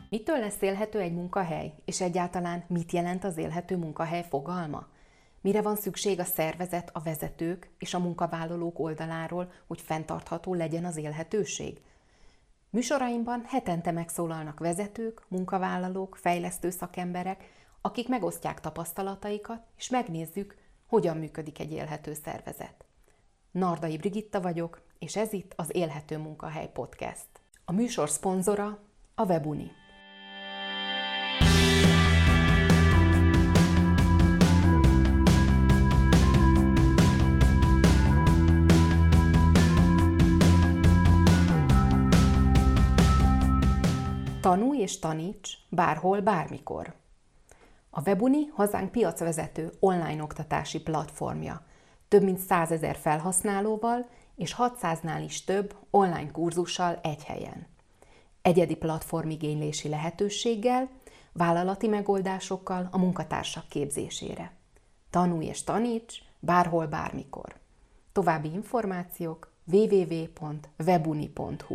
Mitől lesz élhető egy munkahely, és egyáltalán mit jelent az élhető munkahely fogalma? Mire van szükség a szervezet, a vezetők és a munkavállalók oldaláról, hogy fenntartható legyen az élhetőség? Műsoraimban hetente megszólalnak vezetők, munkavállalók, fejlesztő szakemberek, akik megosztják tapasztalataikat, és megnézzük, hogyan működik egy élhető szervezet. Nardai Brigitta vagyok, és ez itt az Élhető Munkahely Podcast. A műsor szponzora a Webuni. Tanulj és taníts bárhol, bármikor. A Webuni hazánk piacvezető online oktatási platformja. Több mint 100 000 felhasználóval és 600-nál is több online kurzussal egy helyen. Egyedi platformigénylési lehetőséggel, vállalati megoldásokkal a munkatársak képzésére. Tanulj és taníts bárhol, bármikor. További információk www.webuni.hu.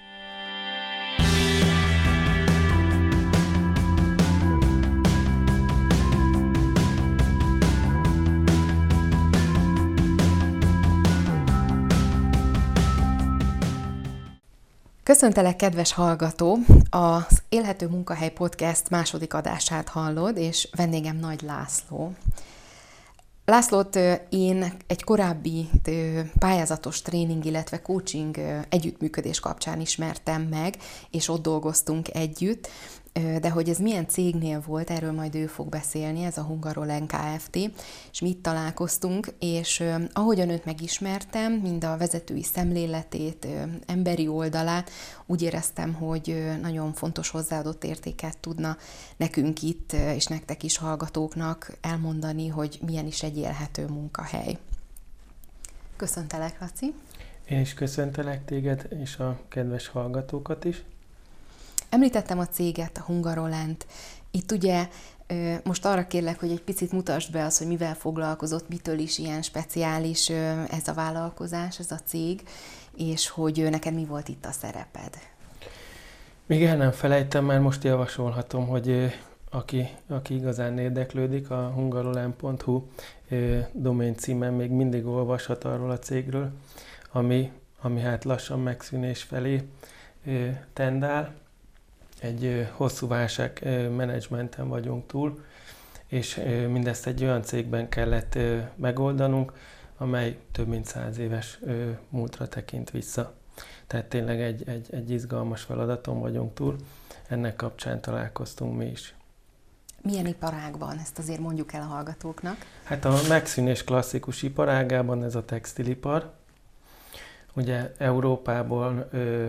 Köszöntelek, kedves hallgató! Az Élhető Munkahely Podcast második adását hallod, és vendégem Nagy László. Lászlót én egy korábbi pályázatos tréning, illetve coaching együttműködés kapcsán ismertem meg, és ott dolgoztunk együtt, de hogy ez milyen cégnél volt, erről majd ő fog beszélni, ez a Hungarolen Kft., és mi itt találkoztunk, és ahogyan őt megismertem, mind a vezetői szemléletét, emberi oldalát, úgy éreztem, hogy nagyon fontos hozzáadott értéket tudna nekünk itt, és nektek is hallgatóknak elmondani, hogy milyen is egy élhető munkahely. Köszöntelek, Laci! Én is köszöntelek téged, és a kedves hallgatókat is. Említettem a céget, a Hungarolent. Itt ugye most arra kérlek, hogy egy picit mutasd be azt, hogy mivel foglalkozott, mitől is ilyen speciális ez a vállalkozás, ez a cég, és hogy neked mi volt itt a szereped. Még el nem felejtem, mert most javasolhatom, hogy aki igazán érdeklődik, a hungarolen.hu domén címen még mindig olvashat arról a cégről, ami hát lassan megszűnés felé tendál. Egy hosszú válságmenedzsmenten vagyunk túl, és mindezt egy olyan cégben kellett megoldanunk, amely több mint 100 éves múltra tekint vissza. Tehát tényleg egy izgalmas feladaton vagyunk túl, ennek kapcsán találkoztunk mi is. Milyen iparágban? Ezt azért mondjuk el a hallgatóknak. Hát a megszűnés klasszikus iparágában ez a textilipar. Ugye Európából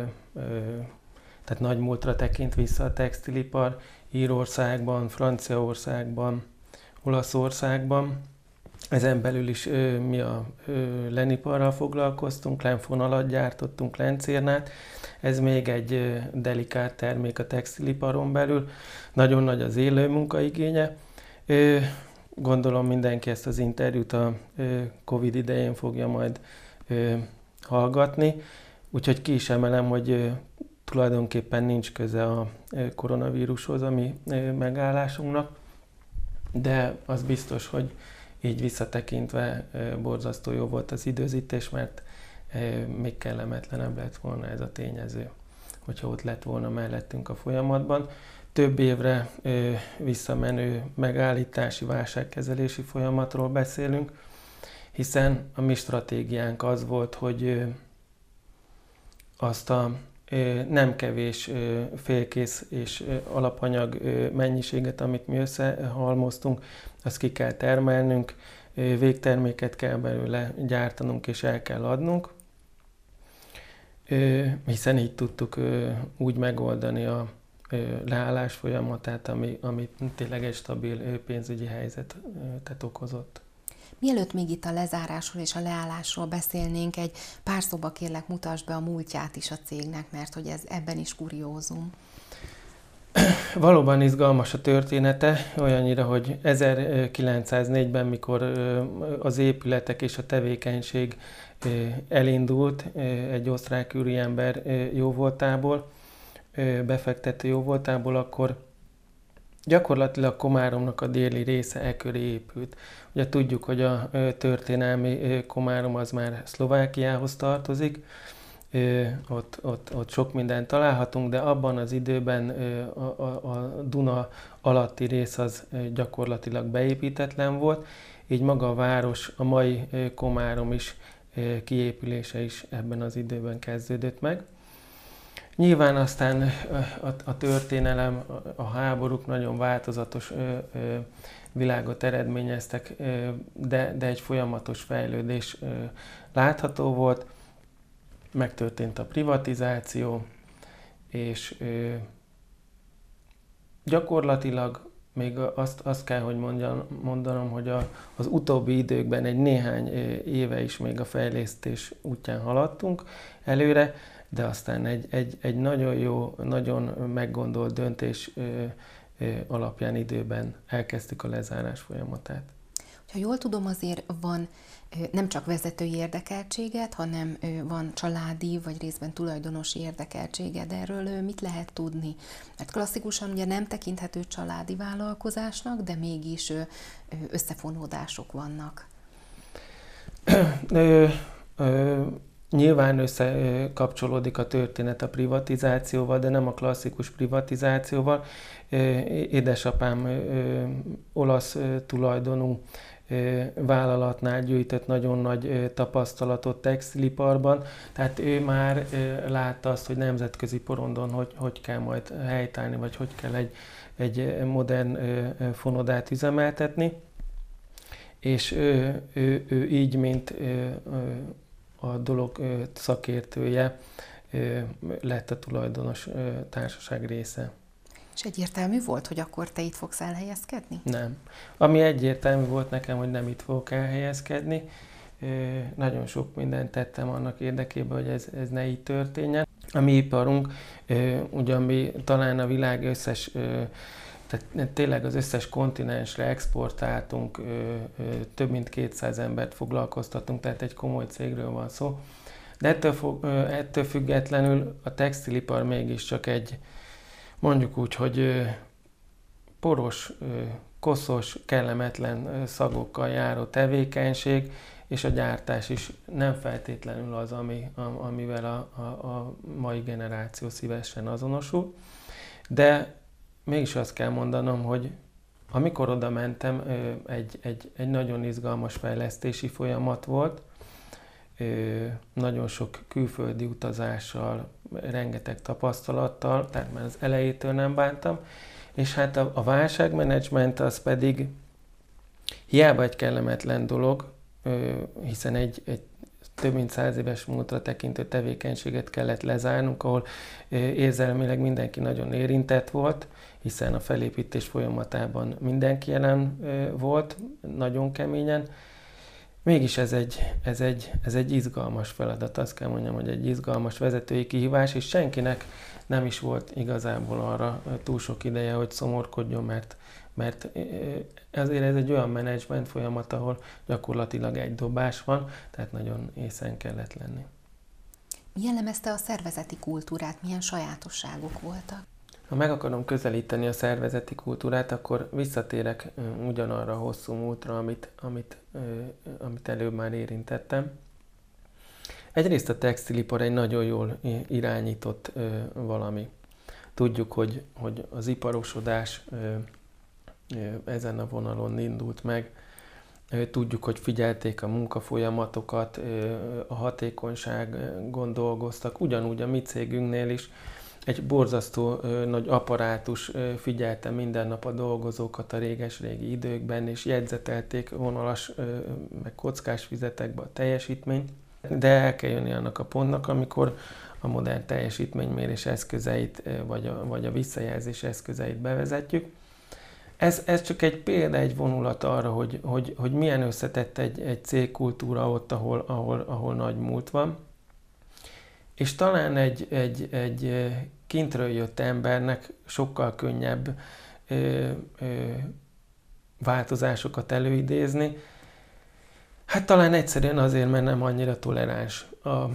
tehát nagy múltra tekint vissza a textilipar, Írországban, Franciaországban, Olaszországban. Ezen belül is mi a leniparral foglalkoztunk, lenfonalat gyártottunk, lencérnát. Ez még egy delikát termék a textiliparon belül. Nagyon nagy az élő munkaigénye. Gondolom mindenki ezt az interjút a Covid idején fogja majd hallgatni. Úgyhogy ki is emelem, hogy tulajdonképpen nincs köze a koronavírushoz a mi megállásunknak, de az biztos, hogy így visszatekintve borzasztó jó volt az időzítés, mert még kellemetlenebb lett volna ez a tényező, hogyha ott lett volna mellettünk a folyamatban. Több évre visszamenő megállítási, válságkezelési folyamatról beszélünk, hiszen a mi stratégiánk az volt, hogy azt a nem kevés félkész és alapanyag mennyiséget, amit mi összehalmoztunk, azt ki kell termelnünk, végterméket kell belőle gyártanunk és el kell adnunk, hiszen így tudtuk úgy megoldani a leállás folyamatát, ami tényleg egy stabil pénzügyi helyzetet okozott. Mielőtt még itt a lezárásról és a leállásról beszélnénk, egy pár szóba kérlek, mutasd be a múltját is a cégnek, mert hogy ez ebben is kuriózum. Valóban izgalmas a története, olyannyira, hogy 1904-ben, mikor az épületek és a tevékenység elindult egy osztrák úriember jóvoltából, befektető jó voltából, akkor gyakorlatilag Komáromnak a déli része e köré épült. Ugye tudjuk, hogy a történelmi Komárom az már Szlovákiához tartozik, ott sok mindent találhatunk, de abban az időben a Duna alatti rész az gyakorlatilag beépítetlen volt, így maga a város, a mai Komárom is kiépülése is ebben az időben kezdődött meg. Nyilván aztán a történelem, a háborúk nagyon változatos világot eredményeztek, de egy folyamatos fejlődés látható volt. Megtörtént a privatizáció, és gyakorlatilag még azt kell, hogy mondanom, hogy az utóbbi időkben egy néhány éve is még a fejlesztés útján haladtunk előre, de aztán egy nagyon jó, nagyon meggondolt döntés alapján időben elkezdtük a lezárás folyamatát. Ha jól tudom, azért van nem csak vezetői érdekeltséged, hanem van családi vagy részben tulajdonosi érdekeltséged. Erről mit lehet tudni? Mert klasszikusan ugye nem tekinthető családi vállalkozásnak, de mégis összefonódások vannak. Nyilván összekapcsolódik a történet a privatizációval, de nem a klasszikus privatizációval. Édesapám olasz tulajdonú vállalatnál gyűjtött nagyon nagy tapasztalatot textiliparban, tehát ő már látta azt, hogy nemzetközi porondon hogy kell majd helytállni, vagy hogy kell egy modern fonodát üzemeltetni. És ő így, mint a dolog szakértője, lett a tulajdonos társaság része. És egyértelmű volt, hogy akkor te itt fogsz elhelyezkedni? Nem. Ami egyértelmű volt nekem, hogy nem itt fogok elhelyezkedni. Nagyon sok mindent tettem annak érdekében, hogy ez ne így történjen. A mi iparunk, ugyan mi talán a világ összes, tehát tényleg az összes kontinensre exportáltunk, több mint 200 embert foglalkoztatunk, tehát egy komoly cégről van szó. De ettől függetlenül a textilipar mégiscsak egy, mondjuk úgy, hogy poros, koszos, kellemetlen szagokkal járó tevékenység, és a gyártás is nem feltétlenül az, amivel a mai generáció szívesen azonosul. De mégis azt kell mondanom, hogy amikor oda mentem, egy nagyon izgalmas fejlesztési folyamat volt, nagyon sok külföldi utazással, rengeteg tapasztalattal, tehát már az elejétől nem bántam, és hát a válságmenedzsment az pedig hiába egy kellemetlen dolog, hiszen egy több mint 100 éves múltra tekintő tevékenységet kellett lezárnunk, ahol érzelmileg mindenki nagyon érintett volt, hiszen a felépítés folyamatában mindenki jelen volt, nagyon keményen. Mégis ez egy izgalmas feladat, azt kell mondjam, hogy egy izgalmas vezetői kihívás, és senkinek nem is volt igazából arra túl sok ideje, hogy szomorkodjon, mert ezért ez egy olyan menedzsment folyamat, ahol gyakorlatilag egy dobás van, tehát nagyon észen kellett lenni. Mi jellemezte a szervezeti kultúrát, milyen sajátosságok voltak? Ha meg akarom közelíteni a szervezeti kultúrát, akkor visszatérek ugyanarra a hosszú múltra, amit előbb már érintettem. Egyrészt a textilipar egy nagyon jól irányított valami. Tudjuk, hogy az iparosodás ezen a vonalon indult meg. Tudjuk, hogy figyelték a munkafolyamatokat, a hatékonyságon dolgoztak. Ugyanúgy a mi cégünknél is egy borzasztó nagy apparátus figyelte minden nap a dolgozókat a réges-régi időkben, és jegyzetelték vonalas, meg kockás fizetekbe a teljesítményt. De el kell jönni annak a pontnak, amikor a modern teljesítménymérés eszközeit, vagy a visszajelzés eszközeit bevezetjük. Ez csak egy példa, egy vonulat arra, hogy milyen összetett egy cégkultúra ott, ahol nagy múlt van. És talán egy kintről jött embernek sokkal könnyebb változásokat előidézni. Hát talán egyszerűen azért, mert nem annyira toleráns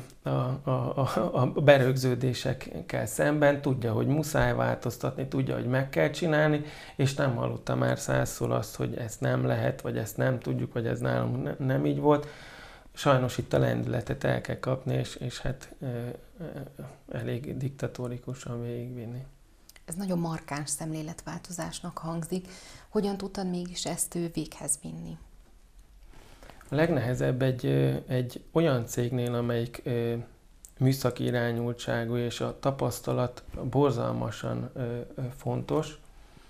a berögződésekkel szemben, tudja, hogy muszáj változtatni, tudja, hogy meg kell csinálni, és nem hallottam már 100-szor azt, hogy ezt nem lehet, vagy ezt nem tudjuk, vagy ez nálunk nem így volt. Sajnos itt a lendületet el kell kapni, és hát elég diktatórikusan végigvinni. Ez nagyon markáns szemléletváltozásnak hangzik. Hogyan tudtad mégis ezt véghez vinni? A legnehezebb egy olyan cégnél, amelyik műszaki irányultságú, és a tapasztalat borzalmasan fontos.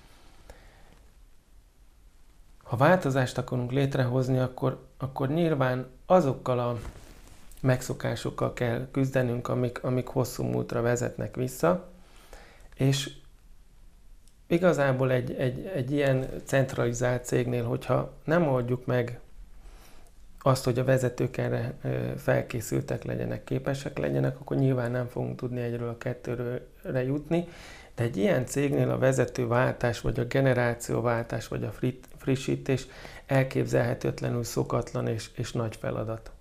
Ha változást akarunk létrehozni, akkor nyilván azokkal a megszokásokkal kell küzdenünk, amik hosszú múltra vezetnek vissza, és igazából egy ilyen centralizált cégnél, hogyha nem oldjuk meg azt, hogy a vezetők erre felkészültek legyenek, képesek legyenek, akkor nyilván nem fogunk tudni egyről a kettőre jutni, de egy ilyen cégnél a vezetőváltás, vagy a generációváltás, vagy a frissítés elképzelhetetlenül szokatlan és nagy feladat.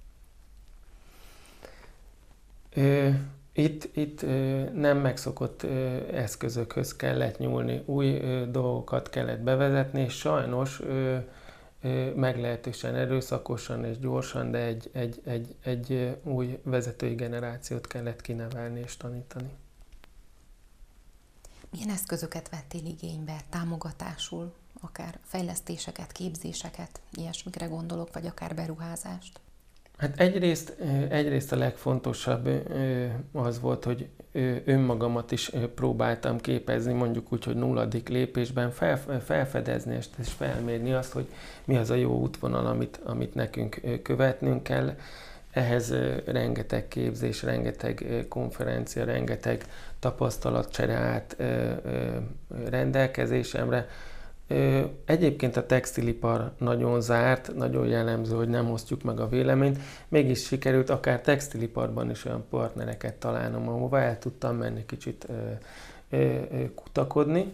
Itt nem megszokott eszközökhöz kellett nyúlni, új dolgokat kellett bevezetni, és sajnos meglehetősen erőszakosan és gyorsan, de egy új vezetői generációt kellett kinevelni és tanítani. Milyen eszközöket vettél igénybe támogatásul? Akár fejlesztéseket, képzéseket, ilyesmikre gondolok, vagy akár beruházást? Hát egyrészt a legfontosabb az volt, hogy önmagamat is próbáltam képezni, mondjuk úgy, hogy 0. lépésben felfedezni és felmérni azt, hogy mi az a jó útvonal, amit nekünk követnünk kell. Ehhez rengeteg képzés, rengeteg konferencia, rengeteg tapasztalatcsere állt rendelkezésemre. Egyébként a textilipar nagyon zárt, nagyon jellemző, hogy nem osztjuk meg a véleményt, mégis sikerült akár textiliparban is olyan partnereket találnom, ahova el tudtam menni kicsit kutakodni.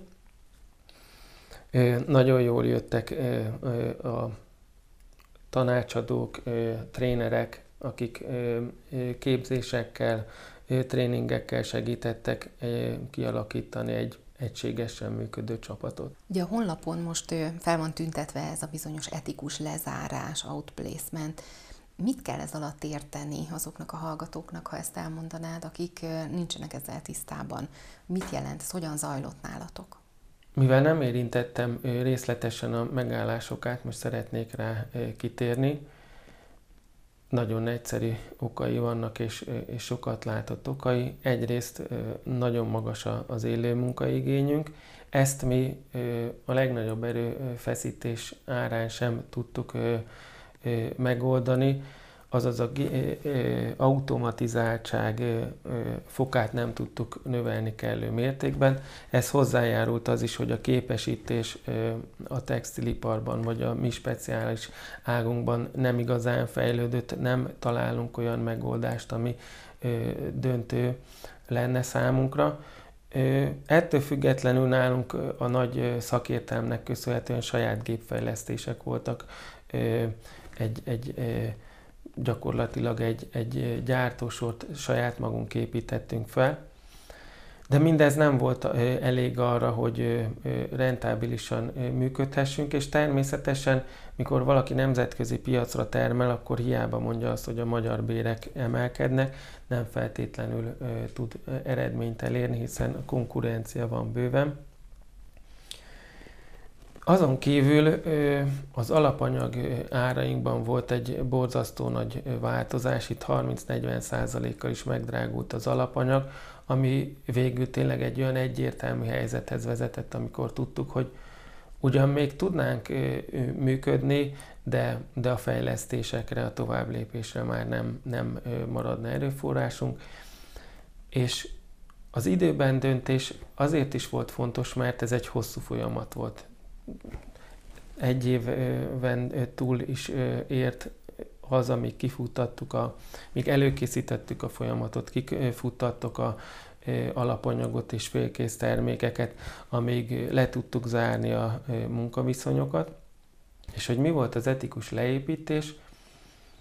Nagyon jól jöttek a tanácsadók, trénerek, akik képzésekkel, tréningekkel segítettek kialakítani egy egységesen működő csapatot. Ugye a honlapon most fel van tüntetve ez a bizonyos etikus lezárás, outplacement. Mit kell ez alatt érteni azoknak a hallgatóknak, ha ezt elmondanád, akik nincsenek ezzel tisztában? Mit jelent, ez hogyan zajlott nálatok? Mivel nem érintettem részletesen a megállásokat, most szeretnék rá kitérni. Nagyon egyszerű okai vannak, és sokat látott okai. Egyrészt nagyon magas az élő munkaigényünk. Ezt mi a legnagyobb erőfeszítés árán sem tudtuk megoldani, azaz az automatizáltság fokát nem tudtuk növelni kellő mértékben. Ez hozzájárult az is, hogy a képesítés a textiliparban vagy a mi speciális águnkban nem igazán fejlődött, nem találunk olyan megoldást, ami döntő lenne számunkra. Ettől függetlenül nálunk a nagy szakértelmnek köszönhetően saját gépfejlesztések voltak, gyakorlatilag egy gyártósort saját magunk építettünk fel, de mindez nem volt elég arra, hogy rentábilisan működhessünk, és természetesen, mikor valaki nemzetközi piacra termel, akkor hiába mondja azt, hogy a magyar bérek emelkednek, nem feltétlenül tud eredményt elérni, hiszen a konkurencia van bőven. Azon kívül az alapanyag árainkban volt egy borzasztó nagy változás, itt 30-40%-kal is megdrágult az alapanyag, ami végül tényleg egy olyan egyértelmű helyzethez vezetett, amikor tudtuk, hogy ugyan még tudnánk működni, de a fejlesztésekre, a továbblépésre már nem maradna erőforrásunk. És az időben döntés azért is volt fontos, mert ez egy hosszú folyamat volt. Egy éven túl is ért az, amíg kifuttattuk, míg előkészítettük a folyamatot, kifuttattuk a alapanyagot és félkész termékeket, amíg le tudtuk zárni a munkaviszonyokat. És hogy mi volt az etikus leépítés?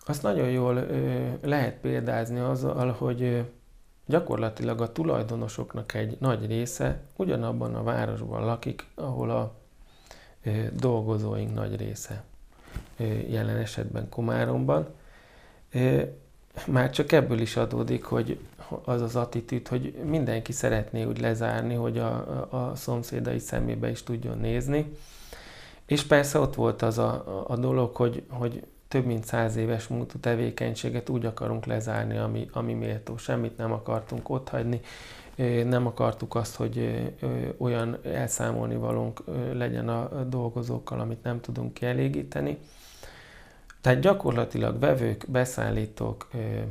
azt nagyon jól lehet példázni azzal, hogy gyakorlatilag a tulajdonosoknak egy nagy része ugyanabban a városban lakik, ahol a dolgozóink nagy része, jelen esetben Komáromban. Már csak ebből is adódik, hogy az az attitűd, hogy mindenki szeretné úgy lezárni, hogy a szomszédai szemébe is tudjon nézni. És persze ott volt az a dolog, hogy több mint 100 éves múltú tevékenységet úgy akarunk lezárni, ami méltó. Semmit nem akartunk otthagyni, nem akartuk azt, hogy olyan elszámolni valónk legyen a dolgozókkal, amit nem tudunk kielégíteni. Tehát gyakorlatilag vevők, beszállítók,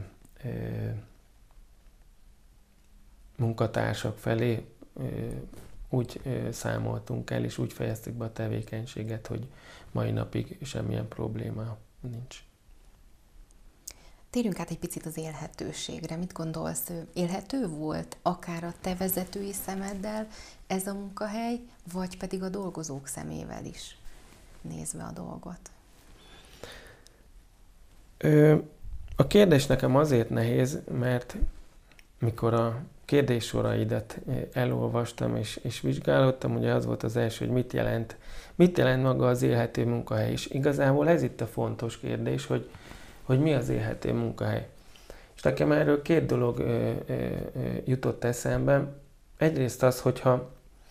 munkatársak felé úgy számoltunk el, és úgy fejeztük be a tevékenységet, hogy mai napig semmilyen probléma nincs. Térjünk át egy picit az élhetőségre. Mit gondolsz, élhető volt akár a te vezetői szemeddel ez a munkahely, vagy pedig a dolgozók szemével is nézve a dolgot? A kérdés nekem azért nehéz, mert mikor a kérdéssoraidat elolvastam és vizsgálódtam, ugye az volt az első, hogy mit jelent maga az élhető munkahely. És igazából ez itt a fontos kérdés, hogy mi az élhető munkahely. És nekem erről két dolog jutott eszembe. Egyrészt az, hogyha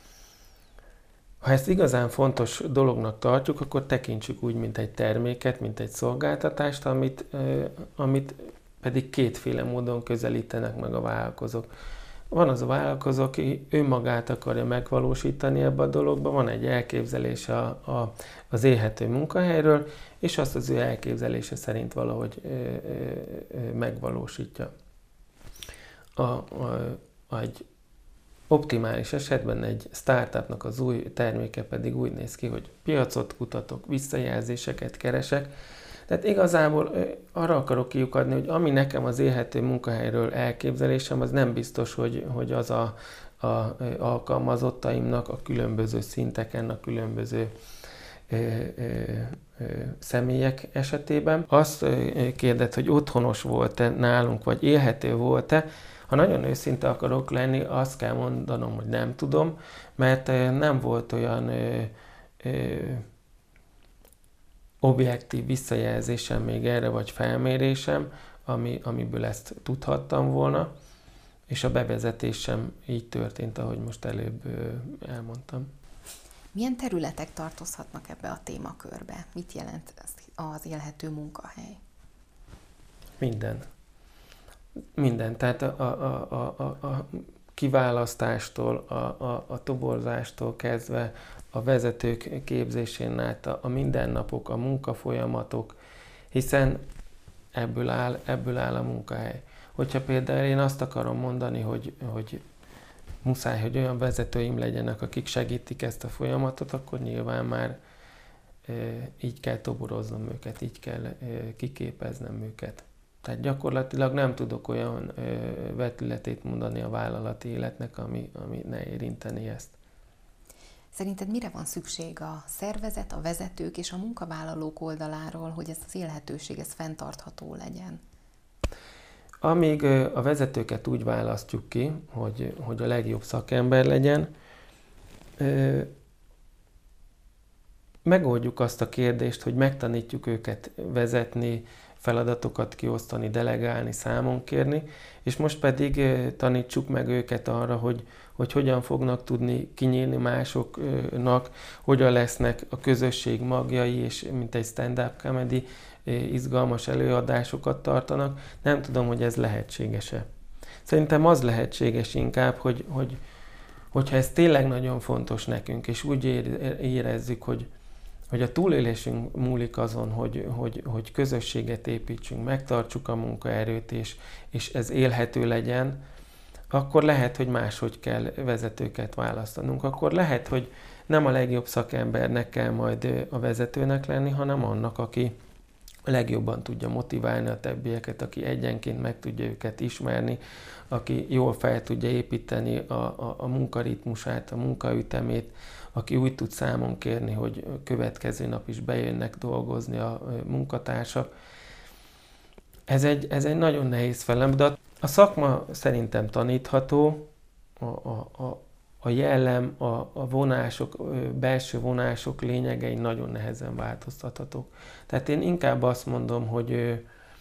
ezt igazán fontos dolognak tartjuk, akkor tekintsük úgy, mint egy terméket, mint egy szolgáltatást, amit pedig kétféle módon közelítenek meg a vállalkozók. Van az a vállalkozó, aki önmagát akarja megvalósítani ebbe a dologba, van egy elképzelése az élhető munkahelyről, és azt az ő elképzelése szerint valahogy megvalósítja. Egy optimális esetben egy startupnak az új terméke pedig úgy néz ki, hogy piacot kutatok, visszajelzéseket keresek. Tehát igazából arra akarok kiukadni, hogy ami nekem az élhető munkahelyről elképzelésem, az nem biztos, hogy az a alkalmazottaimnak a különböző szinteken, a különböző személyek esetében. Azt kérded, hogy otthonos volt-e nálunk, vagy élhető volt-e. Ha nagyon őszinte akarok lenni, azt kell mondanom, hogy nem tudom, mert nem volt olyan objektív visszajelzésem még erre, vagy felmérésem, amiből ezt tudhattam volna, és a bevezetés sem így történt, ahogy most előbb elmondtam. Milyen területek tartozhatnak ebbe a témakörbe? Mit jelent az élhető munkahely? Minden. Tehát a kiválasztástól, a toborzástól kezdve, a vezetők képzésén át, a mindennapok, a munkafolyamatok, hiszen ebből áll a munkahely. Hogyha például én azt akarom mondani, hogy muszáj, hogy olyan vezetőim legyenek, akik segítik ezt a folyamatot, akkor nyilván már így kell toboroznom őket, így kell kiképeznem őket. Tehát gyakorlatilag nem tudok olyan vetületét mondani a vállalati életnek, ami ne érinteni ezt. Szerinted mire van szükség a szervezet, a vezetők és a munkavállalók oldaláról, hogy ez az élhetőség fenntartható legyen? Amíg a vezetőket úgy választjuk ki, hogy a legjobb szakember legyen, megoldjuk azt a kérdést, hogy megtanítjuk őket vezetni, feladatokat kiosztani, delegálni, számon kérni, és most pedig tanítsuk meg őket arra, hogy hogyan fognak tudni kinyílni másoknak, hogyan lesznek a közösség magjai, és mint egy stand-up comedy izgalmas előadásokat tartanak. Nem tudom, hogy ez lehetséges-e. Szerintem az lehetséges inkább, hogyha ez tényleg nagyon fontos nekünk, és úgy érezzük, hogy a túlélésünk múlik azon, hogy közösséget építsünk, megtartsuk a munkaerőt, és ez élhető legyen, akkor lehet, hogy máshogy kell vezetőket választanunk. Akkor lehet, hogy nem a legjobb szakembernek kell majd a vezetőnek lenni, hanem annak, aki legjobban tudja motiválni a többieket, aki egyenként meg tudja őket ismerni, aki jól fel tudja építeni a munkaritmusát, a munkaütemét, aki úgy tud számon kérni, hogy következő nap is bejönnek dolgozni a munkatársak. Ez egy nagyon nehéz feladat. A szakma szerintem tanítható, a jellem, a vonások, belső vonások lényegei nagyon nehezen változtathatók. Tehát én inkább azt mondom, hogy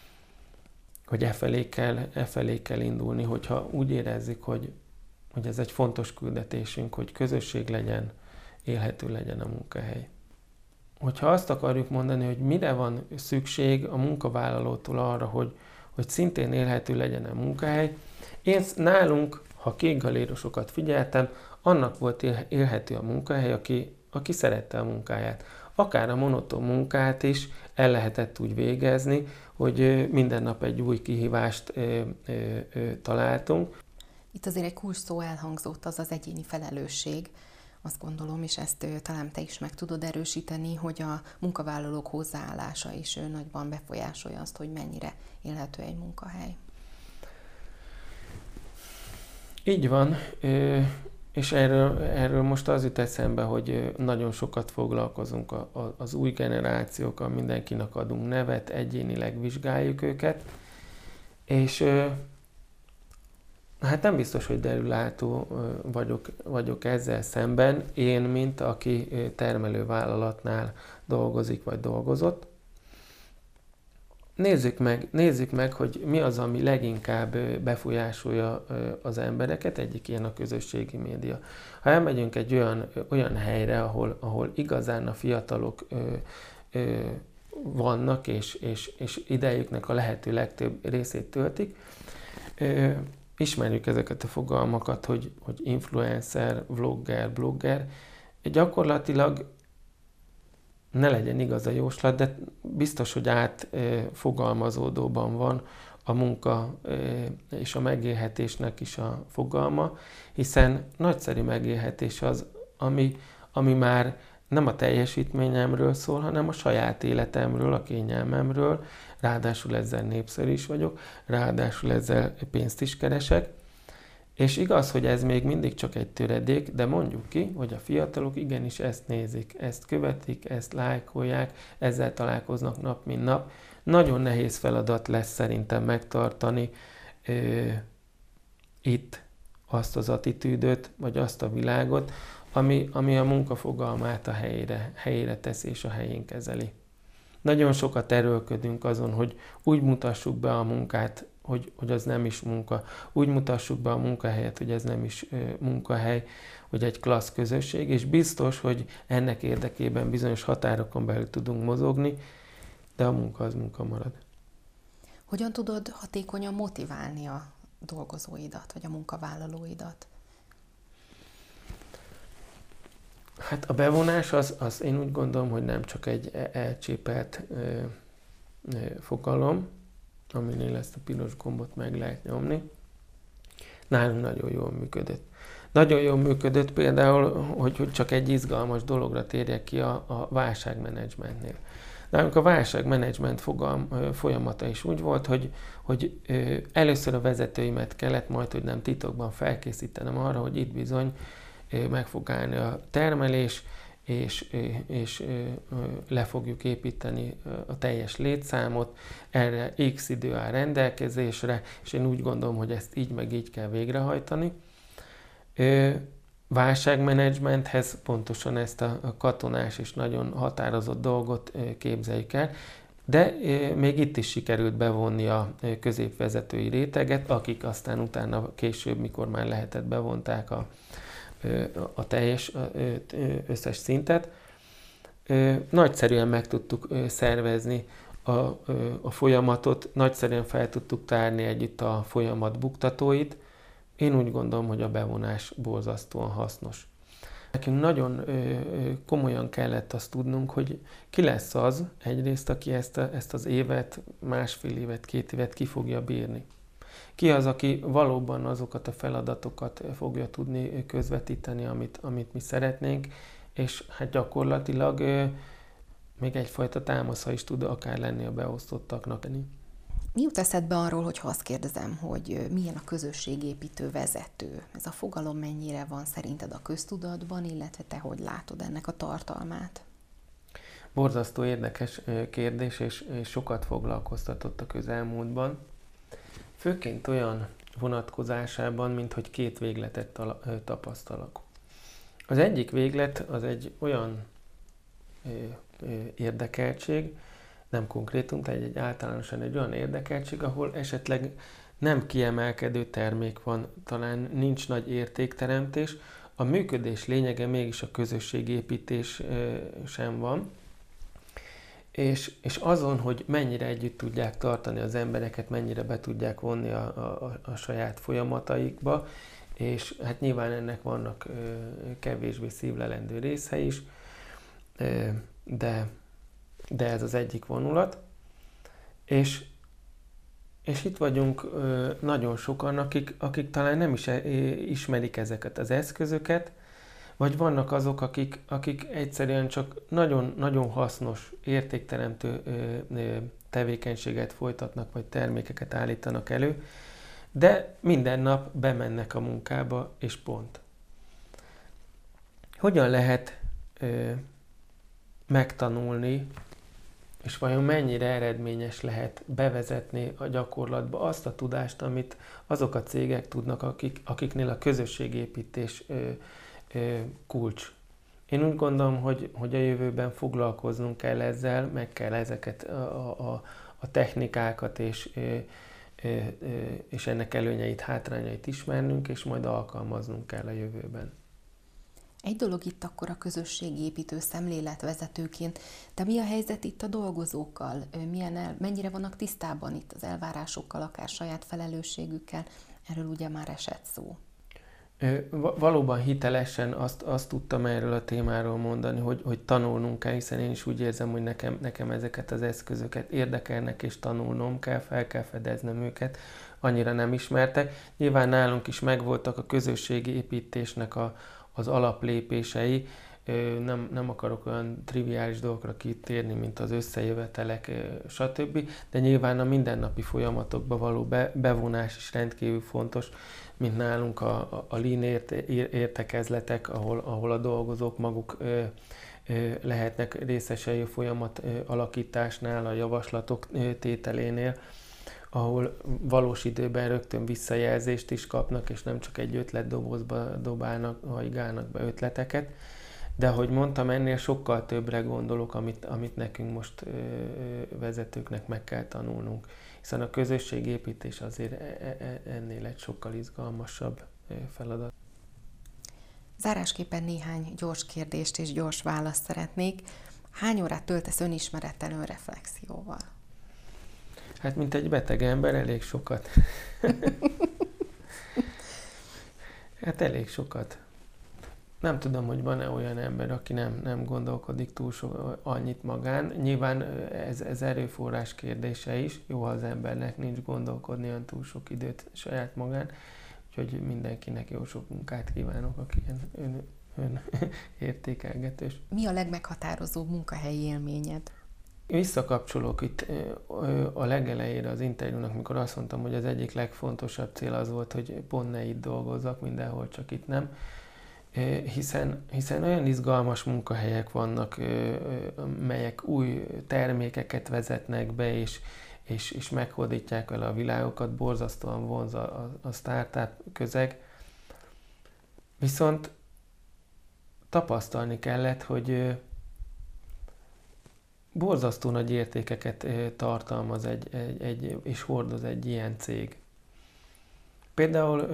e felé kell indulni, hogyha úgy érezzük, hogy ez egy fontos küldetésünk, hogy közösség legyen, élhető legyen a munkahely. Hogyha azt akarjuk mondani, hogy mire van szükség a munkavállalótól arra, hogy szintén élhető legyen a munkahely, én nálunk, ha kékgalérosokat figyeltem, annak volt élhető a munkahely, aki szerette a munkáját. Akár a monoton munkát is el lehetett úgy végezni, hogy minden nap egy új kihívást találtunk. Itt azért egy kulcs szó elhangzott, az egyéni felelősség. Azt gondolom, és ezt talán te is meg tudod erősíteni, hogy a munkavállalók hozzáállása is nagyban befolyásolja azt, hogy mennyire élhető egy munkahely. Így van, és erről most az jut eszembe, hogy nagyon sokat foglalkozunk az új generációkkal, mindenkinek adunk nevet, egyénileg vizsgáljuk őket, és hát nem biztos, hogy derülátó vagyok ezzel szemben, én, mint aki termelővállalatnál dolgozik vagy dolgozott. Nézzük meg, hogy mi az, ami leginkább befolyásolja az embereket, egyik ilyen a közösségi média. Ha elmegyünk egy olyan helyre, ahol igazán a fiatalok vannak, és idejüknek a lehető legtöbb részét töltik, ismerjük ezeket a fogalmakat, hogy influencer, vlogger, blogger, gyakorlatilag ne legyen igaz a jóslat, de biztos, hogy átfogalmazódóban van a munka és a megélhetésnek is a fogalma, hiszen nagyszerű megélhetés az, ami már nem a teljesítményemről szól, hanem a saját életemről, a kényelmemről, ráadásul ezzel népszerű is vagyok, ráadásul ezzel pénzt is keresek. És igaz, hogy ez még mindig csak egy töredék, de mondjuk ki, hogy a fiatalok igenis ezt nézik, ezt követik, ezt lájkolják, ezzel találkoznak nap, mint nap. Nagyon nehéz feladat lesz szerintem megtartani itt azt az attitűdöt, vagy azt a világot, ami a munkafogalmát a helyére teszi és a helyén kezeli. Nagyon sokat erőlködünk azon, hogy úgy mutassuk be a munkát, hogy az nem is munka. Úgy mutassuk be a munkahelyet, hogy ez nem is munkahely, hogy egy klassz közösség, és biztos, hogy ennek érdekében bizonyos határokon belül tudunk mozogni, de a munka az munka marad. Hogyan tudod hatékonyan motiválni a dolgozóidat, vagy a munkavállalóidat? Hát a bevonás az én úgy gondolom, hogy nem csak egy elcsépelt fogalom, aminél ezt a piros gombot meg lehet nyomni. Nálunk nagyon jól működött. Nagyon jól működött például, hogy csak egy izgalmas dologra térjek ki a válságmenedzsmentnél. Nálunk a válságmenedzsment folyamata is úgy volt, hogy először a vezetőimet kellett majd, hogy nem titokban felkészítenem arra, hogy itt bizony meg fog állni a termelés, és le fogjuk építeni a teljes létszámot, erre X idő áll rendelkezésre, és én úgy gondolom, hogy ezt így meg így kell végrehajtani. Válságmenedzsmenthez pontosan ezt a katonás és nagyon határozott dolgot képzeljük el, de még itt is sikerült bevonni a középvezetői réteget, akik aztán utána később, mikor már lehetett, bevonták a teljes összes szintet. Nagyszerűen meg tudtuk szervezni a folyamatot, nagyszerűen fel tudtuk tárni együtt a folyamat buktatóit. Én úgy gondolom, hogy a bevonás borzasztóan hasznos. Nekünk nagyon komolyan kellett azt tudnunk, hogy ki lesz az egyrészt, aki ezt az évet, másfél évet, 2 évet ki fogja bírni. Ki az, aki valóban azokat a feladatokat fogja tudni közvetíteni, amit mi szeretnénk, és hát gyakorlatilag még egyfajta támasza is tud akár lenni a beosztottaknak. Mi jut eszedbe arról, hogyha azt kérdezem, hogy milyen a közösségépítő vezető? Ez a fogalom mennyire van szerinted a köztudatban, illetve te hogy látod ennek a tartalmát? Borzasztó érdekes kérdés, és sokat foglalkoztatott a közelmúltban. Főként olyan vonatkozásában, mint hogy két végletet tapasztalok. Az egyik véglet az egy olyan érdekeltség, nem konkrétum, tehát egy általánosan egy olyan érdekeltség, ahol esetleg nem kiemelkedő termék van, talán nincs nagy értékteremtés, a működés lényege mégis a közösségépítés sem van, és azon, hogy mennyire együtt tudják tartani az embereket, mennyire be tudják vonni a saját folyamataikba, és hát nyilván ennek vannak kevésbé szívlelendő része is, de ez az egyik vonulat. És itt vagyunk nagyon sokan, akik talán nem is ismerik ezeket az eszközöket, vagy vannak azok, akik egyszerűen csak nagyon hasznos, értékteremtő tevékenységet folytatnak, vagy termékeket állítanak elő, de minden nap bemennek a munkába, és pont. Hogyan lehet megtanulni, és vajon mennyire eredményes lehet bevezetni a gyakorlatba azt a tudást, amit azok a cégek tudnak, akiknél a közösségépítés kulcs. Én úgy gondolom, hogy a jövőben foglalkoznunk kell ezzel, meg kell ezeket a technikákat és ennek előnyeit, hátrányait ismernünk, és majd alkalmaznunk kell a jövőben. Egy dolog itt akkor a közösségépítő szemléletvezetőként, de mi a helyzet itt a dolgozókkal? Mennyire vannak tisztában itt az elvárásokkal, akár saját felelősségükkel? Erről ugye már esett szó. Valóban hitelesen azt tudtam erről a témáról mondani, hogy tanulnunk kell, hiszen én is úgy érzem, hogy nekem ezeket az eszközöket érdekelnek, és tanulnom kell, fel kell fedeznem őket, annyira nem ismertek. Nyilván nálunk is megvoltak a közösségi építésnek az alaplépései, nem akarok olyan triviális dolgokra kitérni, mint az összejövetelek, stb., de nyilván a mindennapi folyamatokba való bevonás is rendkívül fontos, mint nálunk a lean értekezletek, ahol a dolgozók maguk lehetnek részesei a folyamat alakításnál, a javaslatok tételénél, ahol valós időben rögtön visszajelzést is kapnak, és nem csak egy ötletdobozba dobálnak, hajgálnak be ötleteket. De ahogy mondtam, ennél sokkal többre gondolok, amit nekünk most vezetőknek meg kell tanulnunk. Hiszen a közösségépítés azért ennél egy sokkal izgalmasabb feladat. Zárásképpen néhány gyors kérdést és gyors választ szeretnék. Hány órát töltesz önismerettel, önreflexióval? Hát, mint egy beteg ember, elég sokat. Hát elég sokat. Nem tudom, hogy van-e olyan ember, aki nem gondolkodik túl annyit magán. Nyilván ez erőforrás kérdése is. Jó, ha az embernek nincs gondolkodni olyan túl sok időt saját magán. Úgyhogy mindenkinek jó sok munkát kívánok, aki ön értékelgetős. Mi a legmeghatározóbb munkahelyi élményed? Visszakapcsolok itt a legelejére az interjúnak, mikor azt mondtam, hogy az egyik legfontosabb cél az volt, hogy pont ne itt dolgozzak, mindenhol csak itt nem. Hiszen olyan izgalmas munkahelyek vannak, melyek új termékeket vezetnek be, és meghódítják vele a világokat, borzasztóan vonz a startup közeg. Viszont tapasztalni kellett, hogy borzasztó nagy értékeket tartalmaz és hordoz egy ilyen cég. Például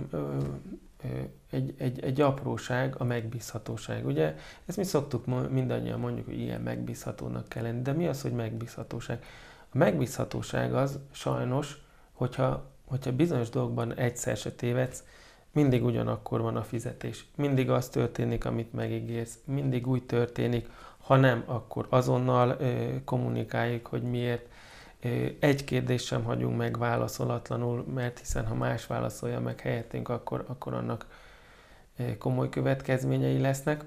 egy apróság, a megbízhatóság. Ugye ezt mi szoktuk mindannyian mondjuk, hogy ilyen megbízhatónak kell lenni, de mi az, hogy megbízhatóság? A megbízhatóság az sajnos, hogyha bizonyos dolgokban egyszer se tévedsz, mindig ugyanakkor van a fizetés. Mindig az történik, amit megígérsz. Mindig úgy történik, ha nem, akkor azonnal kommunikáljuk, hogy miért. Egy kérdést sem hagyunk meg válaszolatlanul, mert hiszen ha más válaszolja meg helyettünk, akkor annak komoly következményei lesznek.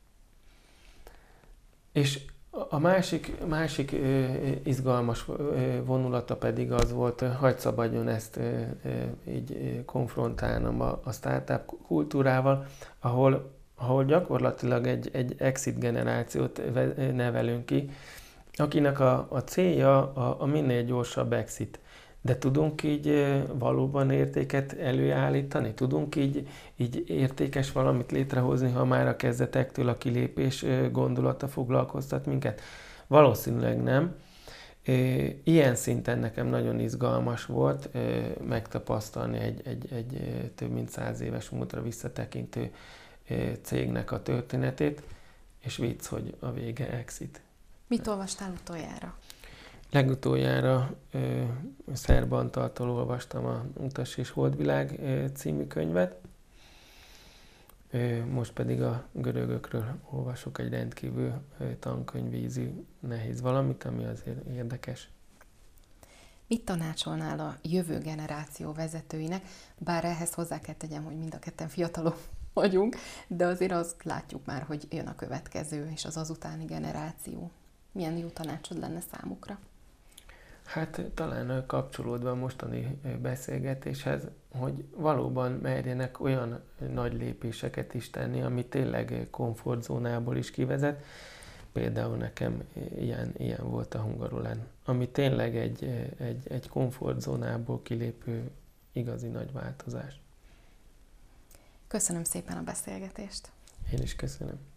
És a másik izgalmas vonulata pedig az volt, hadd szabadjon ezt így konfrontálnom a startup kultúrával, ahol ahol gyakorlatilag egy exit generációt nevelünk ki, akinek a célja a minél gyorsabb exit. De tudunk így valóban értéket előállítani? Tudunk így értékes valamit létrehozni, ha már a kezdetektől a kilépés gondolata foglalkoztat minket? Valószínűleg nem. Ilyen szinten nekem nagyon izgalmas volt megtapasztalni egy több mint 100 éves múltra visszatekintő cégnek a történetét, és vicc, hogy a vége exit. Mit olvastál utoljára? Legutoljára Szerb Antaltól olvastam a Utas és Holdvilág című könyvet, most pedig a görögökről olvasok egy rendkívül tankönyvízű nehéz valamit, ami azért érdekes. Mit tanácsolnál a jövő generáció vezetőinek? Bár ehhez hozzá kell tegyem, hogy mind a ketten fiatalok vagyunk, de azért azt látjuk már, hogy jön a következő és az azutáni generáció. Milyen jó tanácsod lenne számukra? Hát talán kapcsolódva a mostani beszélgetéshez, hogy valóban merjenek olyan nagy lépéseket is tenni, ami tényleg komfortzónából is kivezet. Például nekem ilyen volt a Hungarolen, ami tényleg egy komfortzónából kilépő igazi nagy változás. Köszönöm szépen a beszélgetést! Én is köszönöm.